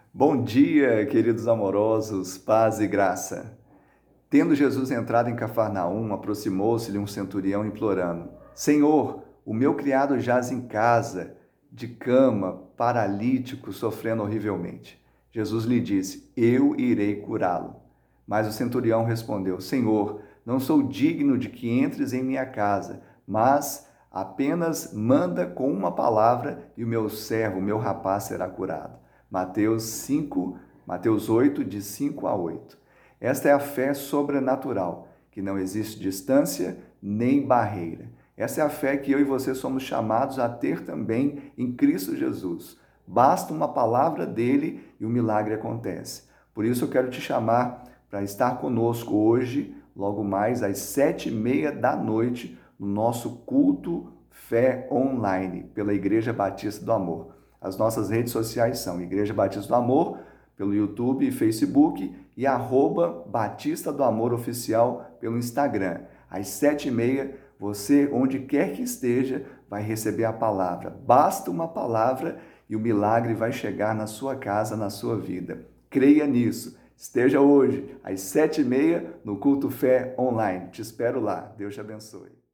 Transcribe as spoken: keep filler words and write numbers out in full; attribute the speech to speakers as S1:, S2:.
S1: Bom dia, queridos amorosos, paz e graça. Tendo Jesus entrado em Cafarnaum, aproximou-se-lhe um centurião implorando: Senhor, o meu criado jaz em casa, de cama, paralítico, sofrendo horrivelmente. Jesus lhe disse: Eu irei curá-lo. Mas o centurião respondeu: Senhor, não sou digno de que entres em minha casa, mas apenas manda com uma palavra e o meu servo, o meu rapaz, será curado. Mateus cinco, Mateus oito, de cinco a oito. Esta é a fé sobrenatural, que não existe distância nem barreira. Essa é a fé que eu e você somos chamados a ter também em Cristo Jesus. Basta uma palavra dele e o milagre acontece. Por isso eu quero te chamar para estar conosco hoje, logo mais às sete e meia da noite, no nosso culto Fé Online, pela Igreja Batista do Amor. As nossas redes sociais são Igreja Batista do Amor, pelo YouTube e Facebook, e arroba Batista do Amor Oficial pelo Instagram. Às sete e meia, você, onde quer que esteja, vai receber a palavra. Basta uma palavra e o milagre vai chegar na sua casa, na sua vida. Creia nisso. Esteja hoje, às sete e meia, no Culto Fé Online. Te espero lá. Deus te abençoe.